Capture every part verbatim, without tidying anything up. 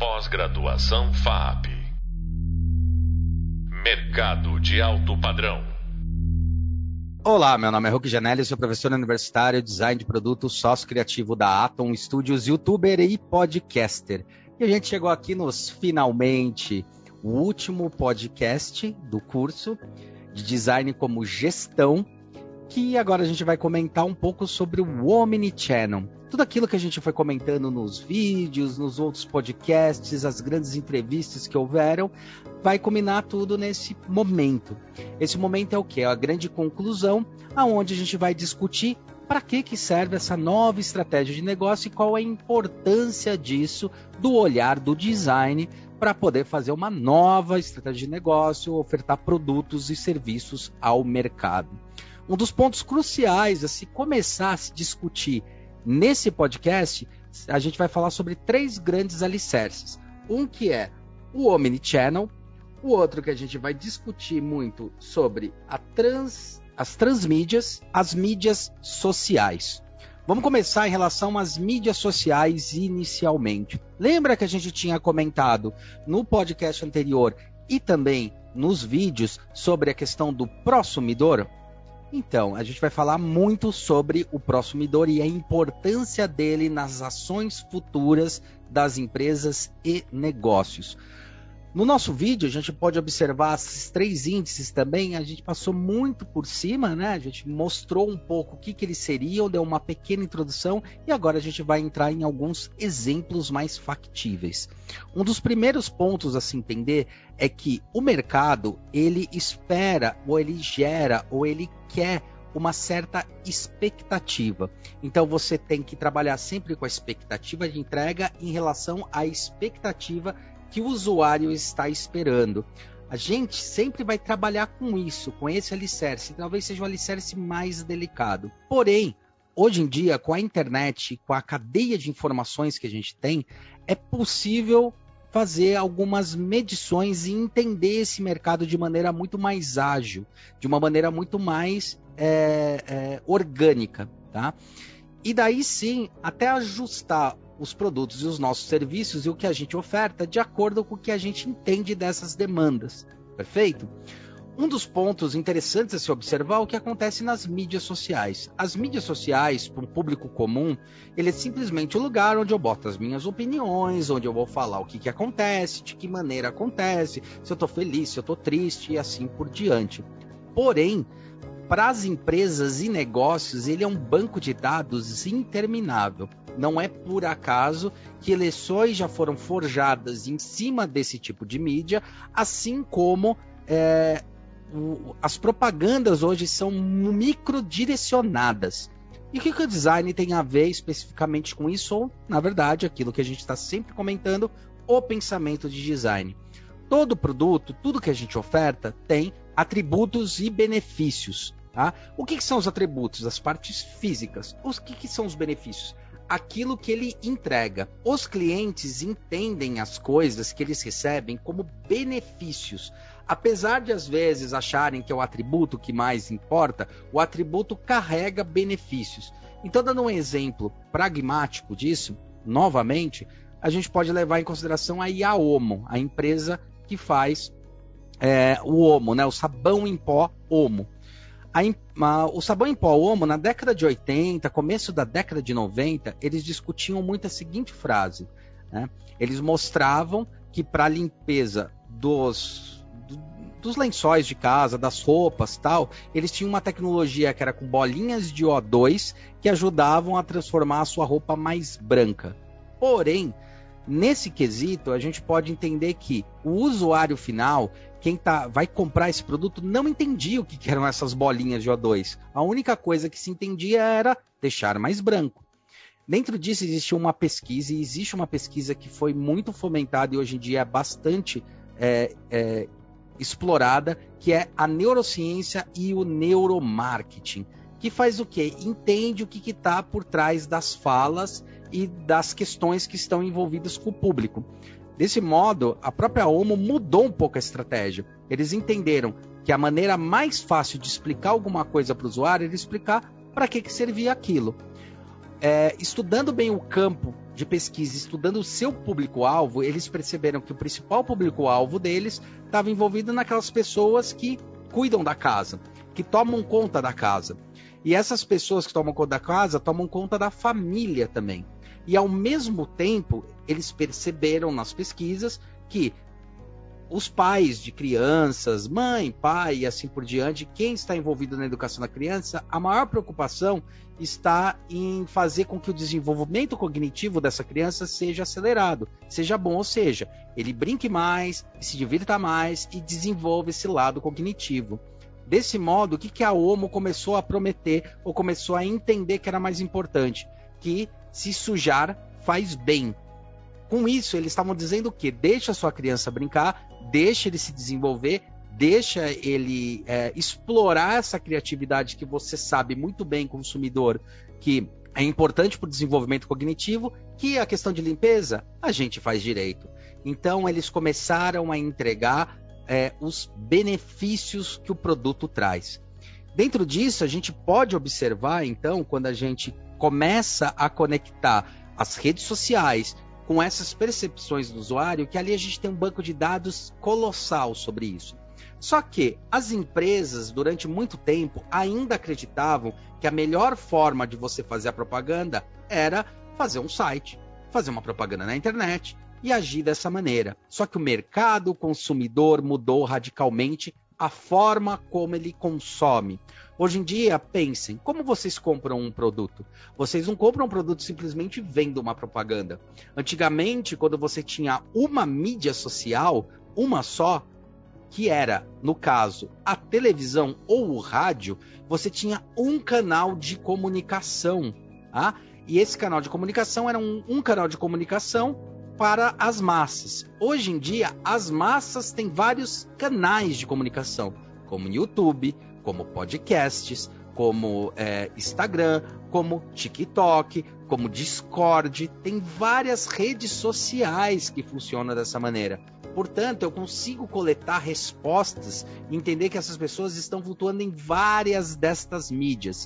Pós-graduação F A A P. Mercado de alto padrão. Olá, meu nome é Hulk Janelli, sou professor universitário, design de produto, sócio criativo da Atom Studios, youtuber e podcaster. E a gente chegou aqui nos finalmente, o último podcast do curso de design como gestão, que agora a gente vai comentar um pouco sobre o Omnichannel. Tudo aquilo que a gente foi comentando nos vídeos, nos outros podcasts, as grandes entrevistas que houveram, vai culminar tudo nesse momento. Esse momento é o quê? É a grande conclusão, aonde a gente vai discutir para que, que serve essa nova estratégia de negócio e qual a importância disso, do olhar do design, para poder fazer uma nova estratégia de negócio, ofertar produtos e serviços ao mercado. Um dos pontos cruciais a se começar a se discutir nesse podcast, a gente vai falar sobre três grandes alicerces. Um que é o Omnichannel, o outro que a gente vai discutir muito sobre a trans, as transmídias, as mídias sociais. Vamos começar em relação às mídias sociais inicialmente. Lembra que a gente tinha comentado no podcast anterior e também nos vídeos sobre a questão do prosumidor? Então, a gente vai falar muito sobre o prosumidor e a importância dele nas ações futuras das empresas e negócios. No nosso vídeo, a gente pode observar esses três índices também, a gente passou muito por cima, né? A gente mostrou um pouco o que, que eles seriam, deu uma pequena introdução e agora a gente vai entrar em alguns exemplos mais factíveis. Um dos primeiros pontos a se entender é que o mercado, ele espera, ou ele gera, ou ele quer uma certa expectativa. Então você tem que trabalhar sempre com a expectativa de entrega em relação à expectativa que o usuário está esperando. A gente sempre vai trabalhar com isso, com esse alicerce, talvez seja o alicerce mais delicado. Porém, hoje em dia, com a internet, com a cadeia de informações que a gente tem, é possível fazer algumas medições e entender esse mercado de maneira muito mais ágil, de uma maneira muito mais é, é, orgânica, tá? E daí sim, até ajustar os produtos e os nossos serviços e o que a gente oferta de acordo com o que a gente entende dessas demandas, perfeito? Um dos pontos interessantes a se observar é o que acontece nas mídias sociais. As mídias sociais, para um público comum, ele é simplesmente o lugar onde eu boto as minhas opiniões, onde eu vou falar o que, que acontece, de que maneira acontece, se eu estou feliz, se eu estou triste e assim por diante. Porém, para as empresas e negócios, ele é um banco de dados interminável. Não é por acaso que eleições já foram forjadas em cima desse tipo de mídia, assim como é, o, as propagandas hoje são microdirecionadas. E o que, que o design tem a ver especificamente com isso? Ou, na verdade, aquilo que a gente está sempre comentando, o pensamento de design. Todo produto, tudo que a gente oferta, tem atributos e benefícios. Tá? O que, que são os atributos? As partes físicas. Os que, que são os benefícios? Aquilo que ele entrega. Os clientes entendem as coisas que eles recebem como benefícios. Apesar de às vezes acharem que é o atributo que mais importa, o atributo carrega benefícios. Então, dando um exemplo pragmático disso, novamente, a gente pode levar em consideração aí a Omo, a empresa que faz é, o Omo, né, o sabão em pó Omo. A, a, o sabão em pó Omo, na década de oitenta, começo da década de noventa, eles discutiam muito a seguinte frase, né? Eles mostravam que para a limpeza dos, do, dos lençóis de casa, das roupas, tal, eles tinham uma tecnologia que era com bolinhas de O dois que ajudavam a transformar a sua roupa mais branca. Porém, nesse quesito, a gente pode entender que o usuário final, quem tá, vai comprar esse produto, não entendia o que, que eram essas bolinhas de O dois. A única coisa que se entendia era deixar mais branco. Dentro disso existe uma pesquisa, e existe uma pesquisa que foi muito fomentada e hoje em dia é bastante é, é, explorada, que é a neurociência e o neuromarketing, que faz o quê? Entende o que está por trás das falas e das questões que estão envolvidas com o público. Desse modo, a própria Omo mudou um pouco a estratégia. Eles entenderam que a maneira mais fácil de explicar alguma coisa para o usuário era explicar para que, que servia aquilo. É, estudando bem o campo de pesquisa, estudando o seu público-alvo, eles perceberam que o principal público-alvo deles estava envolvido naquelas pessoas que cuidam da casa, que tomam conta da casa. E essas pessoas que tomam conta da casa, tomam conta da família também. E ao mesmo tempo, eles perceberam nas pesquisas que os pais de crianças, mãe, pai e assim por diante, quem está envolvido na educação da criança, a maior preocupação está em fazer com que o desenvolvimento cognitivo dessa criança seja acelerado, seja bom, ou seja, ele brinque mais, se divirta mais e desenvolva esse lado cognitivo. Desse modo, o que, que a OMO começou a prometer ou começou a entender que era mais importante? Que se sujar faz bem. Com isso, eles estavam dizendo o quê? Deixa a sua criança brincar, deixa ele se desenvolver, deixa ele é, explorar essa criatividade que você sabe muito bem, consumidor, que é importante para o desenvolvimento cognitivo, que a questão de limpeza, a gente faz direito. Então, eles começaram a entregar é, os benefícios que o produto traz. Dentro disso, a gente pode observar, então, quando a gente começa a conectar as redes sociais com essas percepções do usuário, que ali a gente tem um banco de dados colossal sobre isso. Só que as empresas, durante muito tempo, ainda acreditavam que a melhor forma de você fazer a propaganda era fazer um site, fazer uma propaganda na internet e agir dessa maneira. Só que o mercado, o consumidor mudou radicalmente a forma como ele consome. Hoje em dia, pensem, como vocês compram um produto? Vocês não compram um produto simplesmente vendo uma propaganda. Antigamente, quando você tinha uma mídia social, uma só, que era, no caso, a televisão ou o rádio, você tinha um canal de comunicação. Tá? E esse canal de comunicação era um, um canal de comunicação para as massas. Hoje em dia, as massas têm vários canais de comunicação, como YouTube, como podcasts, como é, Instagram, como TikTok, como Discord. Tem várias redes sociais que funcionam dessa maneira. Portanto, eu consigo coletar respostas e entender que essas pessoas estão flutuando em várias destas mídias.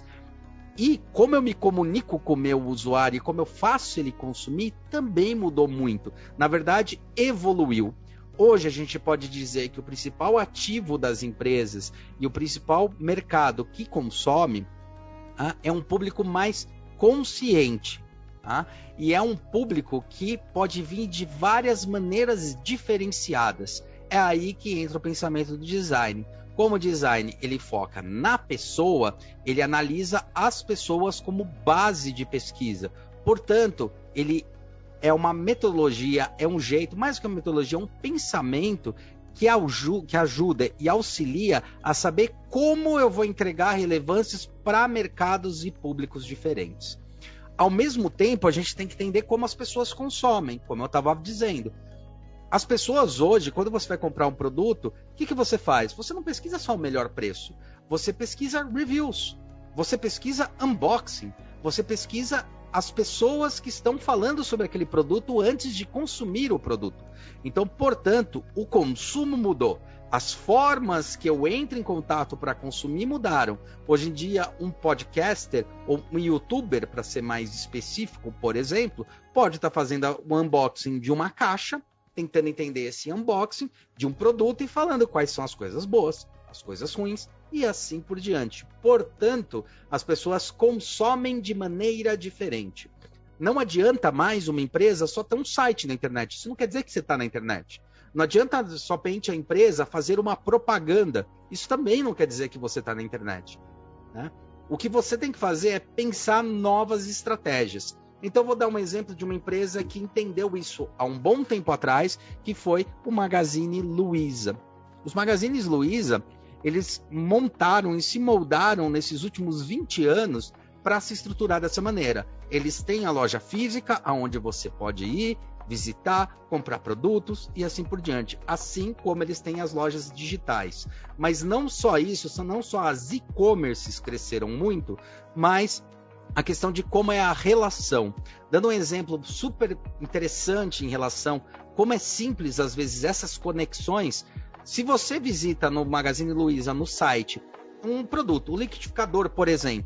E como eu me comunico com o meu usuário e como eu faço ele consumir, também mudou muito. Na verdade, evoluiu. Hoje a gente pode dizer que o principal ativo das empresas e o principal mercado que consome ah, é um público mais consciente. Ah, e é um público que pode vir de várias maneiras diferenciadas. É aí que entra o pensamento do design. Como o design ele foca na pessoa, ele analisa as pessoas como base de pesquisa. Portanto, ele é uma metodologia, é um jeito, mais que uma metodologia, é um pensamento que, aju- que ajuda e auxilia a saber como eu vou entregar relevâncias para mercados e públicos diferentes. Ao mesmo tempo, a gente tem que entender como as pessoas consomem, como eu estava dizendo. As pessoas hoje, quando você vai comprar um produto, o que, que você faz? Você não pesquisa só o melhor preço, você pesquisa reviews, você pesquisa unboxing, você pesquisa as pessoas que estão falando sobre aquele produto antes de consumir o produto. Então, portanto, o consumo mudou. As formas que eu entro em contato para consumir mudaram. Hoje em dia, um podcaster ou um youtuber, para ser mais específico, por exemplo, pode estar fazendo o unboxing de uma caixa, tentando entender esse unboxing de um produto e falando quais são as coisas boas, as coisas ruins e assim por diante. Portanto, as pessoas consomem de maneira diferente. Não adianta mais uma empresa só ter um site na internet. Isso não quer dizer que você está na internet. Não adianta somente a empresa fazer uma propaganda. Isso também não quer dizer que você está na internet, né? O que você tem que fazer é pensar novas estratégias. Então, vou dar um exemplo de uma empresa que entendeu isso há um bom tempo atrás, que foi o Magazine Luiza. Os Magazines Luiza, eles montaram e se moldaram nesses últimos vinte anos para se estruturar dessa maneira. Eles têm a loja física, onde você pode ir, visitar, comprar produtos e assim por diante. Assim como eles têm as lojas digitais. Mas não só isso, não só as e-commerces cresceram muito, mas a questão de como é a relação. Dando um exemplo super interessante em relação como é simples, às vezes, essas conexões. Se você visita no Magazine Luiza, no site, um produto, um liquidificador, por exemplo,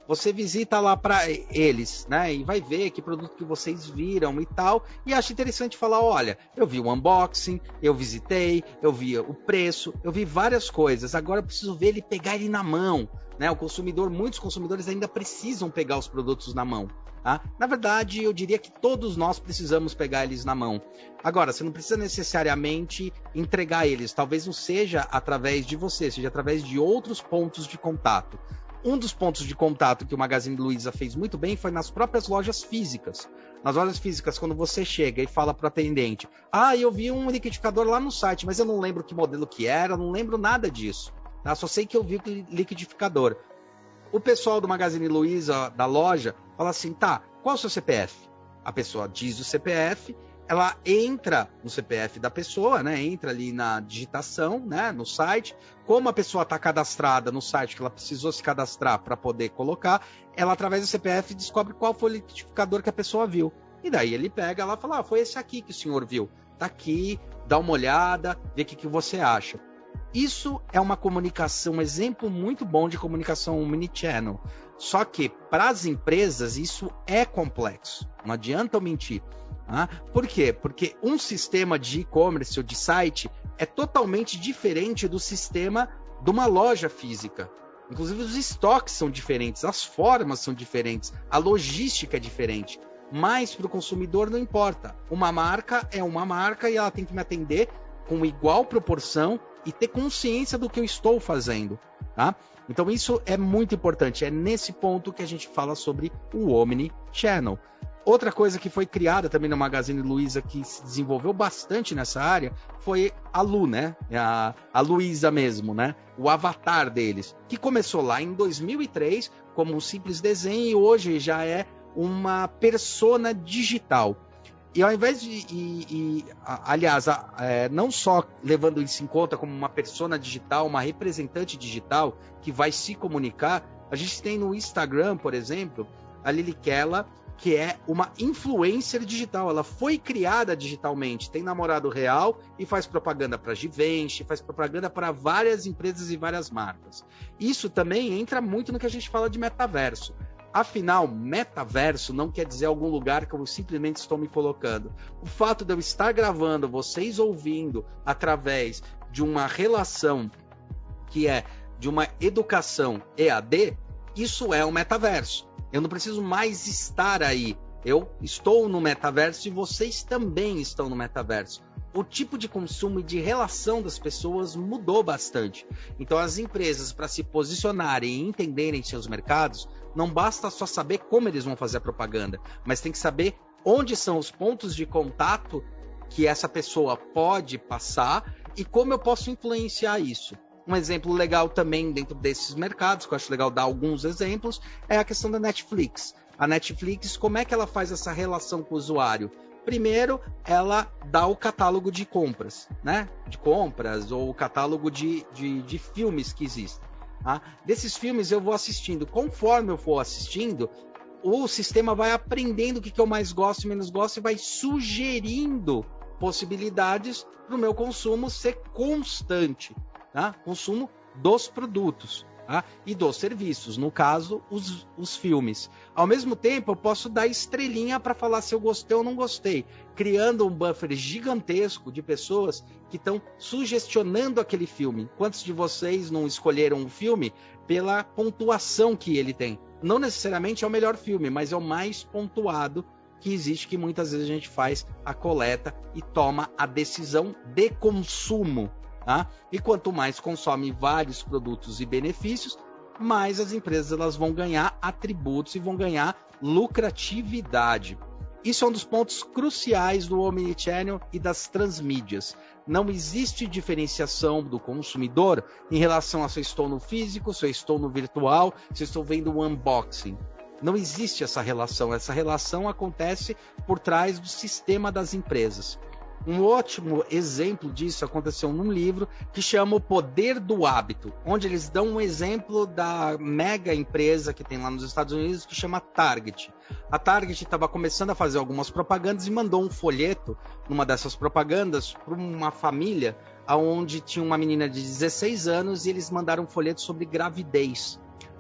você visita lá para eles, né? E vai ver que produto que vocês viram e tal. E acha interessante falar, olha, eu vi o unboxing, eu visitei, eu vi o preço, eu vi várias coisas. Agora eu preciso ver ele, pegar ele na mão, né? O consumidor, muitos consumidores ainda precisam pegar os produtos na mão. Tá? Na verdade, eu diria que todos nós precisamos pegar eles na mão. Agora, você não precisa necessariamente entregar eles. Talvez não seja através de você, seja através de outros pontos de contato. Um dos pontos de contato que o Magazine Luiza fez muito bem foi nas próprias lojas físicas. Nas lojas físicas, quando você chega e fala para o atendente, ah, eu vi um liquidificador lá no site, mas eu não lembro que modelo que era, não lembro nada disso. Tá? Só sei que eu vi o liquidificador. O pessoal do Magazine Luiza, da loja, fala assim, tá, qual é o seu C P F? A pessoa diz o C P F, ela entra no C P F da pessoa, né? Entra ali na digitação, né? No site. Como a pessoa está cadastrada no site, que ela precisou se cadastrar para poder colocar, ela, através do C P F, descobre qual foi o liquidificador que a pessoa viu. E daí ele pega lá e fala, ah, foi esse aqui que o senhor viu. Tá aqui, dá uma olhada, vê o que, que você acha. Isso é uma comunicação, um exemplo muito bom de comunicação omnichannel. Só que, para as empresas, isso é complexo. Não adianta eu mentir. Tá? Por quê? Porque um sistema de e-commerce ou de site é totalmente diferente do sistema de uma loja física. Inclusive, os estoques são diferentes, as formas são diferentes, a logística é diferente. Mas, para o consumidor, não importa. Uma marca é uma marca e ela tem que me atender com igual proporção e ter consciência do que eu estou fazendo, tá? Então isso é muito importante, é nesse ponto que a gente fala sobre o Omnichannel. Outra coisa que foi criada também no Magazine Luiza, que se desenvolveu bastante nessa área, foi a Lu, né? A, a Luiza mesmo, né? O avatar deles, que começou lá em dois mil e três como um simples desenho e hoje já é uma persona digital. E ao invés de, e, e, aliás, a, é, não só levando isso em conta como uma persona digital, uma representante digital que vai se comunicar, a gente tem no Instagram, por exemplo, a Lili Kella, que é uma influencer digital. Ela foi criada digitalmente, tem namorado real e faz propaganda para Givenchy, faz propaganda para várias empresas e várias marcas. Isso também entra muito no que a gente fala de metaverso. Afinal, metaverso não quer dizer algum lugar que eu simplesmente estou me colocando. O fato de eu estar gravando, vocês ouvindo, através de uma relação que é de uma educação E A D, isso é um metaverso. Eu não preciso mais estar aí. Eu estou no metaverso e vocês também estão no metaverso. O tipo de consumo e de relação das pessoas mudou bastante. Então, as empresas, para se posicionarem e entenderem seus mercados, não basta só saber como eles vão fazer a propaganda, mas tem que saber onde são os pontos de contato que essa pessoa pode passar e como eu posso influenciar isso. Um exemplo legal também dentro desses mercados, que eu acho legal dar alguns exemplos, é a questão da Netflix. A Netflix, como é que ela faz essa relação com o usuário? Primeiro, ela dá o catálogo de compras, né? De compras ou o catálogo de, de, de filmes que existem. Tá? Desses filmes eu vou assistindo. Conforme eu for assistindo, o sistema vai aprendendo o que, que eu mais gosto e menos gosto e vai sugerindo possibilidades para o meu consumo ser constante. Tá? Consumo dos produtos. Tá? E dos serviços, no caso, os, os filmes. Ao mesmo tempo, eu posso dar estrelinha para falar se eu gostei ou não gostei, criando um buffer gigantesco de pessoas que estão sugestionando aquele filme. Quantos de vocês não escolheram um filme pela pontuação que ele tem? Não necessariamente é o melhor filme, mas é o mais pontuado que existe, que muitas vezes a gente faz a coleta e toma a decisão de consumo. Tá? E quanto mais consome vários produtos e benefícios, mais as empresas elas vão ganhar atributos e vão ganhar lucratividade. Isso é um dos pontos cruciais do Omnichannel e das transmídias. Não existe diferenciação do consumidor em relação a se eu estou no físico, se eu estou no virtual, se eu estou vendo um unboxing. Não existe essa relação. Essa relação acontece por trás do sistema das empresas. Um ótimo exemplo disso aconteceu num livro que chama O Poder do Hábito, onde eles dão um exemplo da mega empresa que tem lá nos Estados Unidos que chama Target. A Target estava começando a fazer algumas propagandas e mandou um folheto numa dessas propagandas para uma família onde tinha uma menina de dezesseis anos e eles mandaram um folheto sobre gravidez.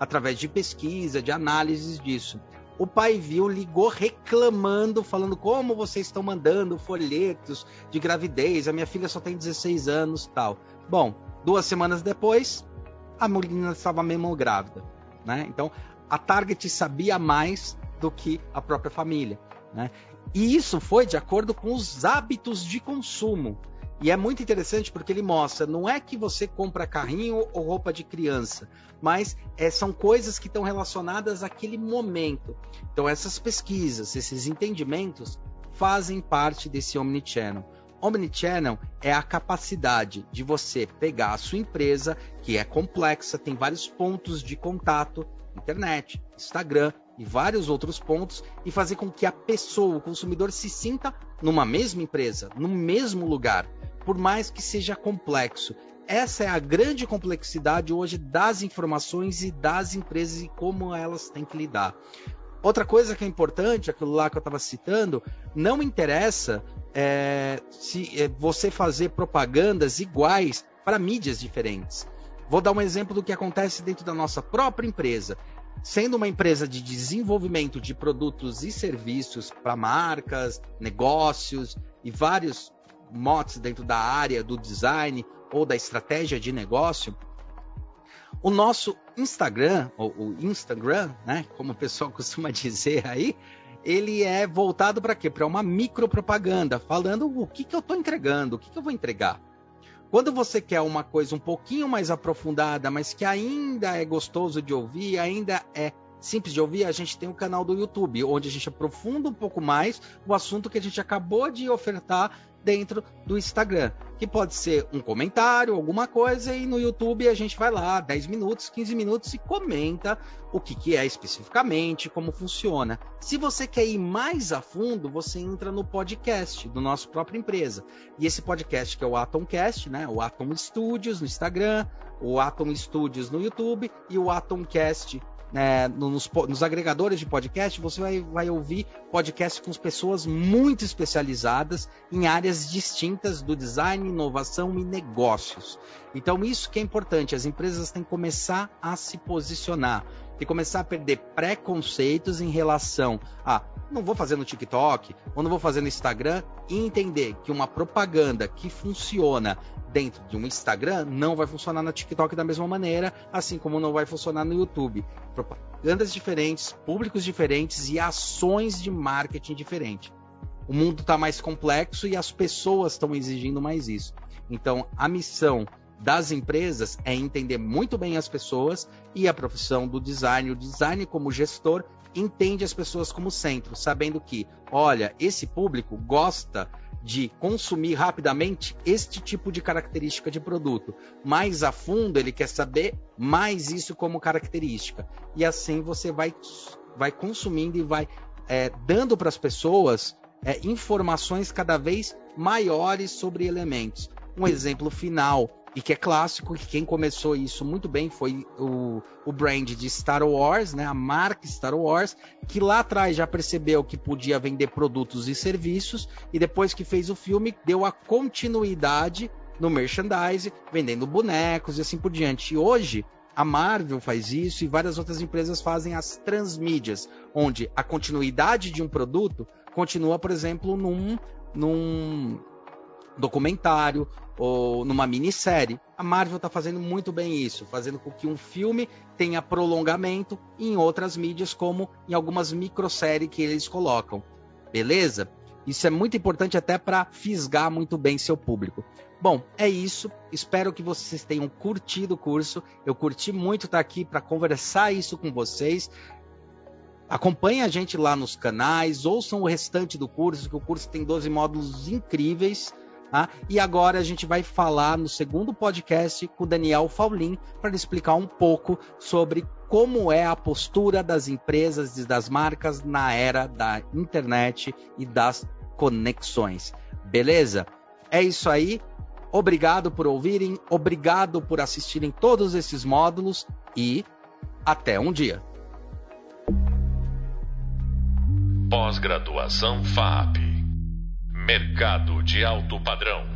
através de pesquisa, de análises disso. O pai viu, ligou reclamando, falando como vocês estão mandando folhetos de gravidez, a minha filha só tem dezesseis anos, tal. Bom, duas semanas depois, a menina estava mesmo grávida, né? Então, a Target sabia mais do que a própria família, né? E isso foi de acordo com os hábitos de consumo. E é muito interessante porque ele mostra, não é que você compra carrinho ou roupa de criança, mas é, são coisas que estão relacionadas àquele momento. Então essas pesquisas, esses entendimentos fazem parte desse Omnichannel. Omnichannel é a capacidade de você pegar a sua empresa, que é complexa, tem vários pontos de contato, internet, Instagram e vários outros pontos, e fazer com que a pessoa, o consumidor, se sinta numa mesma empresa, no mesmo lugar, por mais que seja complexo. Essa é a grande complexidade hoje das informações e das empresas e como elas têm que lidar. Outra coisa que é importante, aquilo lá que eu estava citando, não interessa é, se é, você fazer propagandas iguais para mídias diferentes. Vou dar um exemplo do que acontece dentro da nossa própria empresa. Sendo uma empresa de desenvolvimento de produtos e serviços para marcas, negócios e vários motes dentro da área do design ou da estratégia de negócio, o nosso Instagram, ou o Instagram, né, como o pessoal costuma dizer aí, ele é voltado para quê? Para uma micropropaganda, falando o que, que eu estou entregando, o que, que eu vou entregar. Quando você quer uma coisa um pouquinho mais aprofundada, mas que ainda é gostoso de ouvir, ainda é simples de ouvir, a gente tem o canal do YouTube, onde a gente aprofunda um pouco mais o assunto que a gente acabou de ofertar dentro do Instagram, que pode ser um comentário, alguma coisa, e no YouTube a gente vai lá, dez minutos, quinze minutos, e comenta o que, que é especificamente, como funciona. Se você quer ir mais a fundo, você entra no podcast do nosso própria empresa. E esse podcast que é o Atomcast, né? O Atom Studios no Instagram, o Atom Studios no YouTube e o Atomcast É, nos, nos agregadores de podcast, você vai, vai ouvir podcasts com pessoas muito especializadas em áreas distintas do design, inovação e negócios. Então isso que é importante, as empresas têm que começar a se posicionar, tem que começar a perder preconceitos em relação a não vou fazer no TikTok ou não vou fazer no Instagram, e entender que uma propaganda que funciona dentro de um Instagram não vai funcionar no TikTok da mesma maneira, assim como não vai funcionar no YouTube. Propagandas diferentes, públicos diferentes e ações de marketing diferentes. O mundo está mais complexo e as pessoas estão exigindo mais isso. Então, a missão das empresas é entender muito bem as pessoas, e a profissão do design, o design como gestor, entende as pessoas como centro, sabendo que, olha, esse público gosta de consumir rapidamente este tipo de característica de produto. Mais a fundo, ele quer saber mais isso como característica. E assim você vai, vai consumindo e vai é, dando para as pessoas é, informações cada vez maiores sobre elementos. Um exemplo final, e que é clássico, que quem começou isso muito bem foi o, o brand de Star Wars, né? A marca Star Wars, que lá atrás já percebeu que podia vender produtos e serviços, e depois que fez o filme, deu a continuidade no merchandise, vendendo bonecos e assim por diante. E hoje, a Marvel faz isso e várias outras empresas fazem as transmídias, onde a continuidade de um produto continua, por exemplo, num... num documentário ou numa minissérie. A Marvel está fazendo muito bem isso, fazendo com que um filme tenha prolongamento em outras mídias, como em algumas microséries que eles colocam. Beleza? Isso é muito importante até para fisgar muito bem seu público. Bom, é isso. Espero que vocês tenham curtido o curso. Eu curti muito estar aqui para conversar isso com vocês. Acompanhe a gente lá nos canais, ouçam o restante do curso, que o curso tem doze módulos incríveis. Ah, e agora a gente vai falar no segundo podcast com o Daniel Faulin para explicar um pouco sobre como é a postura das empresas e das marcas na era da internet e das conexões. Beleza? É isso aí. Obrigado por ouvirem, obrigado por assistirem todos esses módulos e até um dia. Pós-graduação F A A P. Mercado de alto padrão.